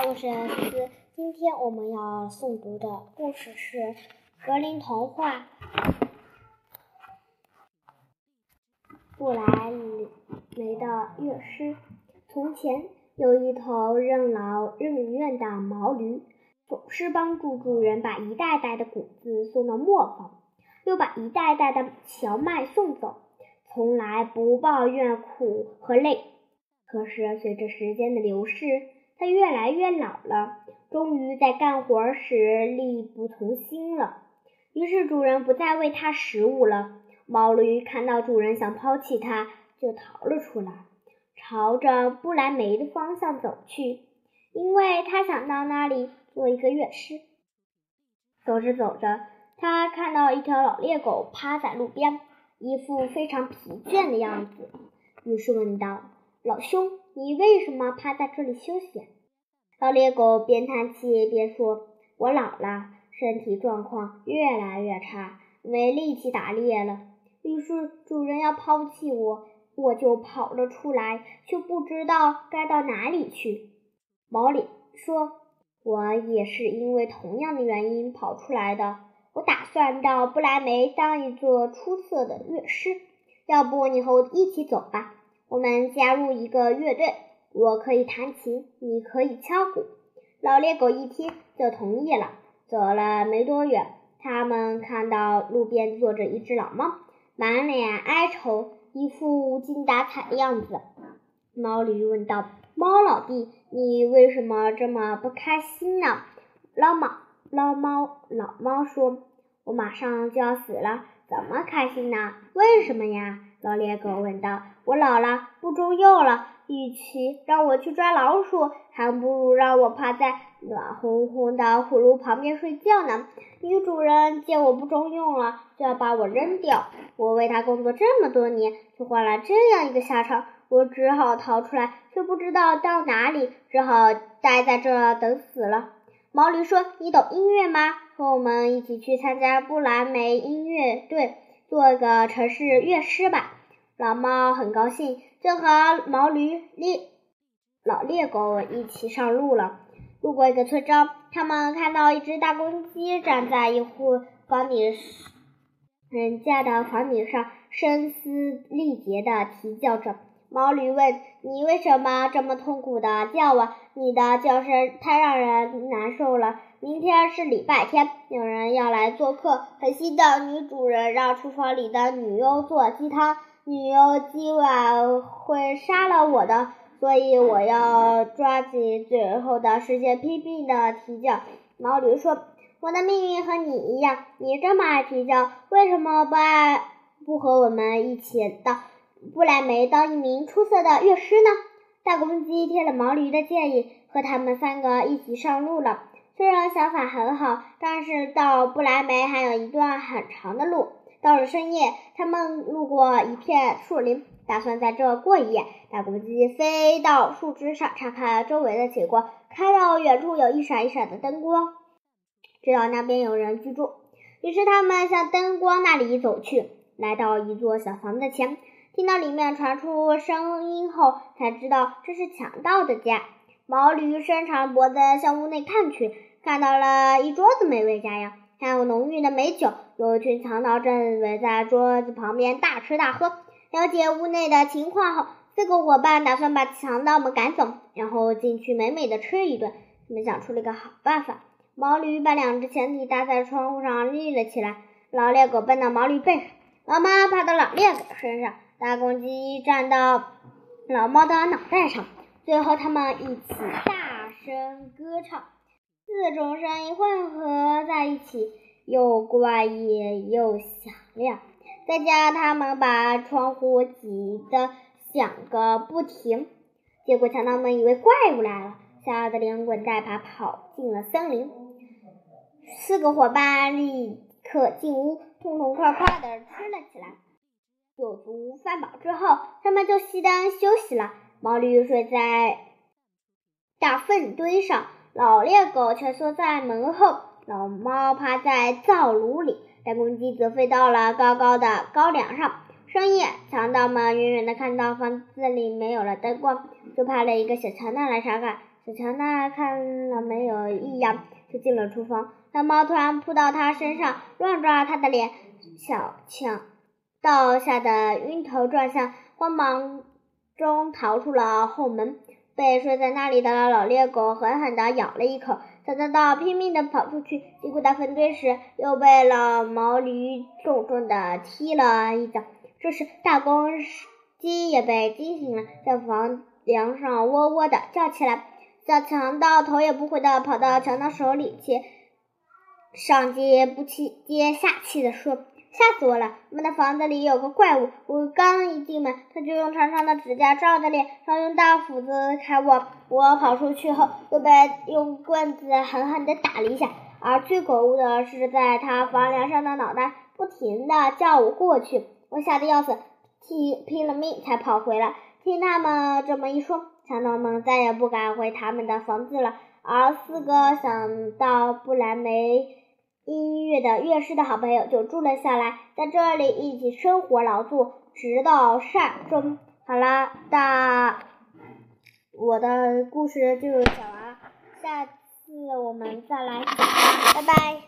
我是思思。今天我们要诵读的故事是格林童话布莱梅的乐师。从前有一头任劳任怨的毛驴，总是帮助主人把一袋袋的谷子送到磨坊，又把一袋袋的荞麦送走，从来不抱怨苦和累。可是随着时间的流逝，它越来越老了，终于在干活时力不从心了。于是主人不再喂它食物了。毛驴看到主人想抛弃它，就逃了出来，朝着不来梅的方向走去，因为它想到那里做一个乐师。走着走着，它看到一条老猎狗趴在路边，一副非常疲倦的样子，于是问道：“老兄，你为什么趴在这里休息？”老猎狗边叹气边说：“我老了，身体状况越来越差，没力气打猎了。于是主人要抛弃我，我就跑了出来，却不知道该到哪里去。”毛驴说：“我也是因为同样的原因跑出来的。我打算到不来梅当一座出色的乐师，要不你和我一起走吧？我们加入一个乐队，我可以弹琴，你可以敲鼓。”老猎狗一听就同意了。走了没多远，他们看到路边坐着一只老猫，满脸哀愁，一副无精打采的样子。毛驴问道：“猫老弟，你为什么这么不开心呢？”老猫说：“我马上就要死了，怎么开心呢？”“为什么呀？”老猎狗问道。“我老了，不中用了，与其让我去抓老鼠，还不如让我趴在暖烘烘的火炉旁边睡觉呢。女主人见我不中用了，就要把我扔掉。我为她工作这么多年，却换来这样一个下场，我只好逃出来，却不知道到哪里，只好待在这等死了。”毛驴说：“你懂音乐吗？和我们一起去参加不来梅音乐队，做个城市乐师吧。”老猫很高兴，就和老猎狗一起上路了。路过一个村庄，他们看到一只大公鸡站在一户人家的房顶上，声嘶力竭地啼叫着。毛驴问：“你为什么这么痛苦地叫啊？你的叫声太让人难受了。明天是礼拜天，有人要来做客，可惜的，女主人让厨房里的女佣做鸡汤，女佣今晚会杀了我的，所以我要抓紧最后的时间拼命地啼叫。”毛驴说：“我的命运和你一样，你这么爱啼叫，为什么不和我们一起到不来梅当一名出色的乐师呢？”大公鸡听了毛驴的建议，和他们三个一起上路了。虽然想法很好，但是到不来梅还有一段很长的路。到了深夜，他们路过一片树林，打算在这过一夜。大公鸡飞到树枝上查看周围的情况，看到远处有一闪一闪的灯光，知道那边有人居住。于是他们向灯光那里走去，来到一座小房子前，听到里面传出声音后，才知道这是强盗的家。毛驴伸长脖子向屋内看去，看到了一桌子美味佳肴，还有浓郁的美酒，有一群强盗正围在桌子旁边大吃大喝。了解屋内的情况后，四个伙伴打算把强盗们赶走，然后进去美美的吃一顿。他们想出了一个好办法。毛驴把两只前蹄搭在窗户上立了起来，老猎狗奔到毛驴背上，老猫爬到老猎狗身上，大公鸡站到老猫的脑袋上，最后他们一起大声歌唱，四种声音混合在一起，又怪异又响亮，再加上他们把窗户挤得响个不停，结果强盗们以为怪物来了，吓得连滚带爬跑进了森林。四个伙伴立刻进屋，痛痛快快地吃了起来。酒足饭饱之后，他们就熄灯休息了。毛驴睡在大粪堆上，老猎狗蜷缩在门后，老猫趴在灶炉里，大公鸡则飞到了高高的高梁上。深夜，强盗们远远地看到房子里没有了灯光，就派了一个小强盗来查看。 小强呢看了没有异样，就进了厨房。蓝猫突然扑到他身上，乱抓他的脸，小强倒吓得晕头转向，慌忙中逃出了后门。被睡在那里的老猎狗狠狠地咬了一口，小强盗拼命地跑出去，经过大粪堆时，又被老毛驴重重地踢了一脚。这时大公鸡也被惊醒了，在房梁上喔喔地叫起来。小强盗头也不回地跑到强盗手里去，上气不接下气地说：吓死我了！我们的房子里有个怪物，我刚一进门，他就用长长的指甲照着脸，然后用大斧子砍我。我跑出去后，又被用棍子狠狠地打了一下。而最可恶的是，在他房梁上的脑袋不停地叫我过去，我吓得要死，拼了命才跑回来。听他们这么一说，强盗们再也不敢回他们的房子了。而4个想到不来梅音乐的乐师的好朋友就住了下来，在这里一起生活劳作，直到善终。好了，我的故事就讲完了，下次我们再来讲吧，拜拜。